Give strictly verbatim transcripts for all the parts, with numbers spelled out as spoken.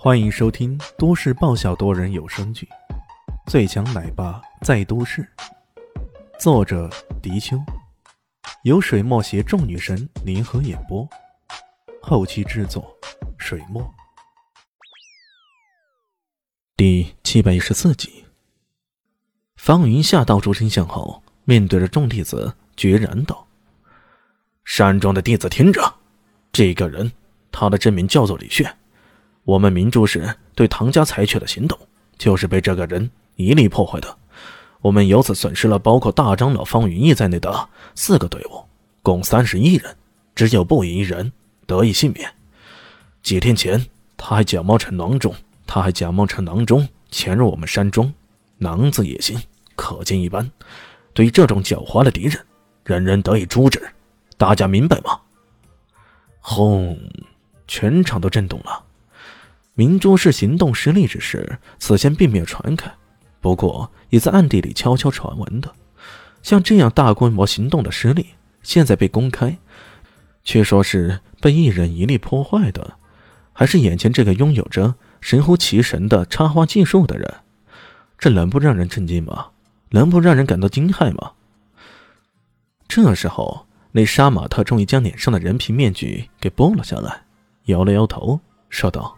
欢迎收听都市爆笑多人有声剧《最强奶爸在都市》，作者：迪秋，由水墨携众女神联合演播，后期制作：水墨。第七百一十四集，方云下道出真相后，面对着众弟子决然道：“山庄的弟子听着，这个人，他的真名叫做李炫。我们明珠市对唐家采取的行动，就是被这个人一力破坏的。我们由此损失了包括大长老方云逸在内的四个队伍，共三十一人，只有不一人得以幸免。几天前，他还假冒成郎中，他还假冒成郎中潜入我们山庄，狼子野心，可见一斑。对于这种狡猾的敌人，人人得以诛之。大家明白吗？”轰！全场都震动了。明珠市行动失利之事，此前并没有传开，不过也在暗地里悄悄传闻的。像这样大规模行动的失利，现在被公开，却说是被一人一力破坏的，还是眼前这个拥有着神乎其神的插花技术的人，这能不让人震惊吗？能不让人感到惊骇吗？这时候，那杀马特终于将脸上的人皮面具给剥了下来，摇了摇头，说道：“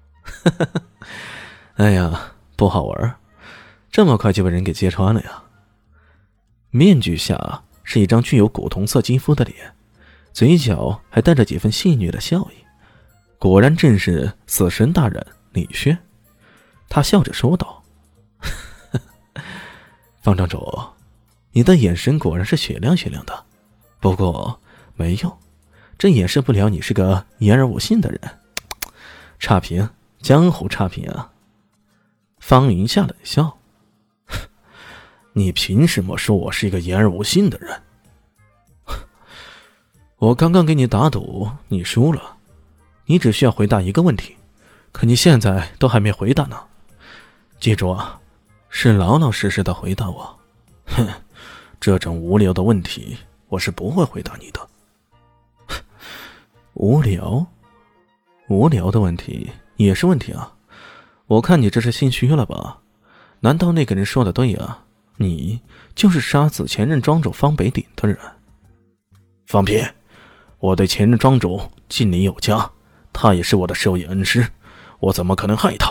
哎呀，不好玩，这么快就被人给揭穿了呀！”面具下是一张具有古铜色肌肤的脸，嘴角还带着几分戏谑的笑意，果然正是死神大人李轩。他笑着说道：“方庄主，你的眼神果然是雪亮雪亮的，不过没用，这掩饰不了你是个言而无信的人，差评。江湖差评啊！”方云下冷笑：“你凭什么说我是一个言而无信的人？我刚刚给你打赌，你输了，你只需要回答一个问题，可你现在都还没回答呢。记住啊，是老老实实的回答我。哼，这种无聊的问题，我是不会回答你的。”无聊？无聊的问题也是问题啊！我看你这是心虚了吧？难道那个人说的对啊？你就是杀死前任庄主方北鼎的人？放屁！我对前任庄主敬礼有加，他也是我的授业恩师，我怎么可能害他？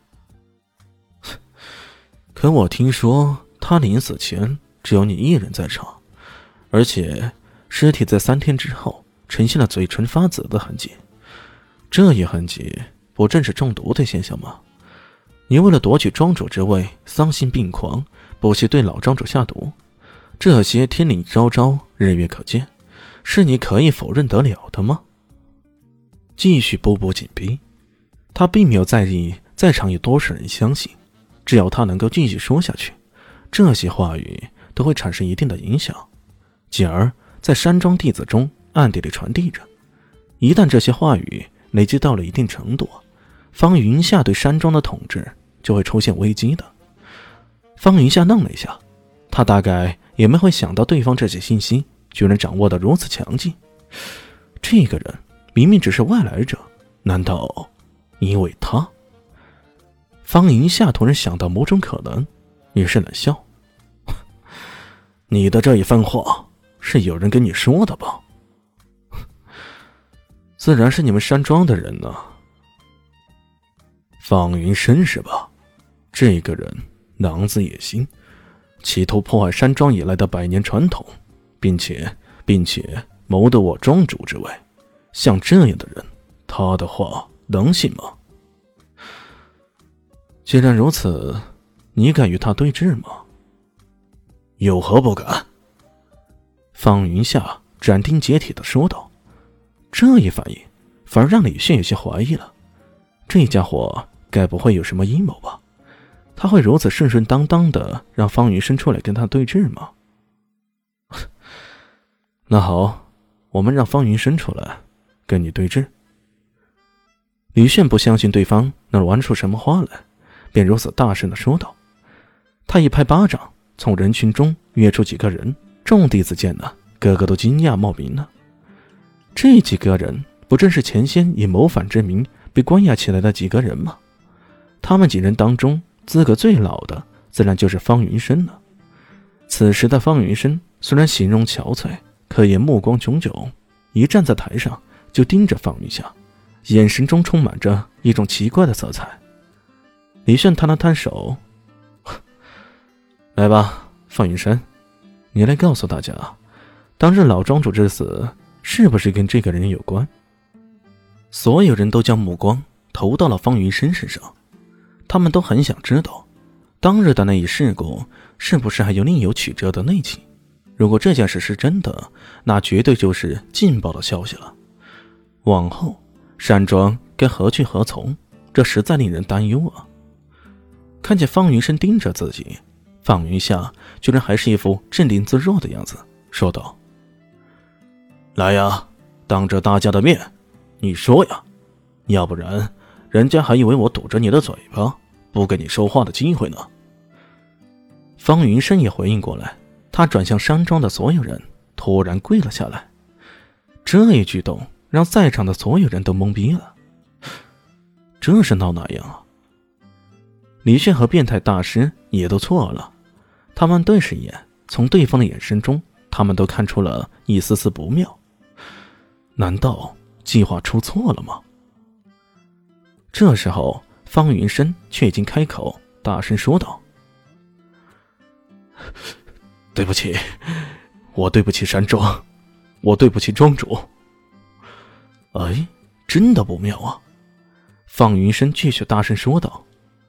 可我听说他临死前只有你一人在场，而且尸体在三天之后呈现了嘴唇发紫的痕迹，这一痕迹不正是中毒的现象吗？你为了夺取庄主之位，丧心病狂，不惜对老庄主下毒，这些天理昭昭，日月可见，是你可以否认得了的吗？继续步步紧逼，他并没有在意在场有多少人相信，只要他能够继续说下去，这些话语都会产生一定的影响，进而在山庄弟子中暗地里传递着。一旦这些话语累积到了一定程度，方云下对山庄的统治就会出现危机的。方云下愣了一下，他大概也没会想到对方这些信息居然掌握得如此强劲。这个人明明只是外来者，难道因为他？方云下突然想到某种可能，于是冷笑：“你的这一番话是有人跟你说的吧？”“自然是你们山庄的人呢。”“方云深是吧？这个人狼子野心，企图破坏山庄以来的百年传统，并且并且谋得我庄主之位。像这样的人，他的话能信吗？”“既然如此，你敢与他对峙吗？”“有何不敢？”方云下斩钉截铁地说道。这一反应反而让李炫有些怀疑了，这家伙该不会有什么阴谋吧？他会如此顺顺当当的让方云生出来跟他对峙吗？那好，我们让方云生出来跟你对峙。李炫不相信对方能玩出什么花来，便如此大声的说道。他一拍巴掌，从人群中约出几个人，众弟子见了，个个都惊讶冒名了。这几个人不正是前先以谋反之名被被关押起来的几个人吗？他们几人当中，资格最老的自然就是方云深了。此时的方云深虽然形容憔悴，可也目光炯炯，一站在台上就盯着方云夏，眼神中充满着一种奇怪的色彩。李炫摊了摊手，来吧，方云深，你来告诉大家，当日老庄主之死是不是跟这个人有关？所有人都将目光投到了方云深身上，他们都很想知道，当日的那一事故是不是还有另有曲折的内情？如果这件事是真的，那绝对就是劲爆的消息了。往后山庄该何去何从，这实在令人担忧啊！看见方云深盯着自己，方云夏居然还是一副镇定自若的样子，说道：来呀，当着大家的面你说呀，要不然人家还以为我堵着你的嘴巴，不给你说话的机会呢。方云深也回应过来，他转向山庄的所有人，突然跪了下来。这一举动让在场的所有人都懵逼了，这是闹哪样啊？李炫和变态大师也都错了，他们对视一眼，从对方的眼神中他们都看出了一丝丝不妙。难道计划出错了吗？这时候方云深却已经开口大声说道：对不起，我对不起山庄，我对不起庄主。哎，真的不妙啊！方云深继续大声说道：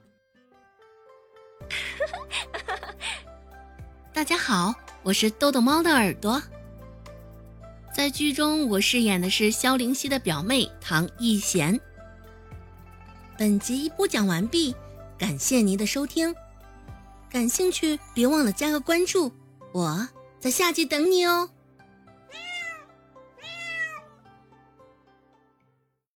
大家好，我是豆豆猫的耳朵。在剧中我饰演的是萧灵溪的表妹唐艺贤。本集播讲完毕，感谢您的收听，感兴趣别忘了加个关注，我在下集等你哦。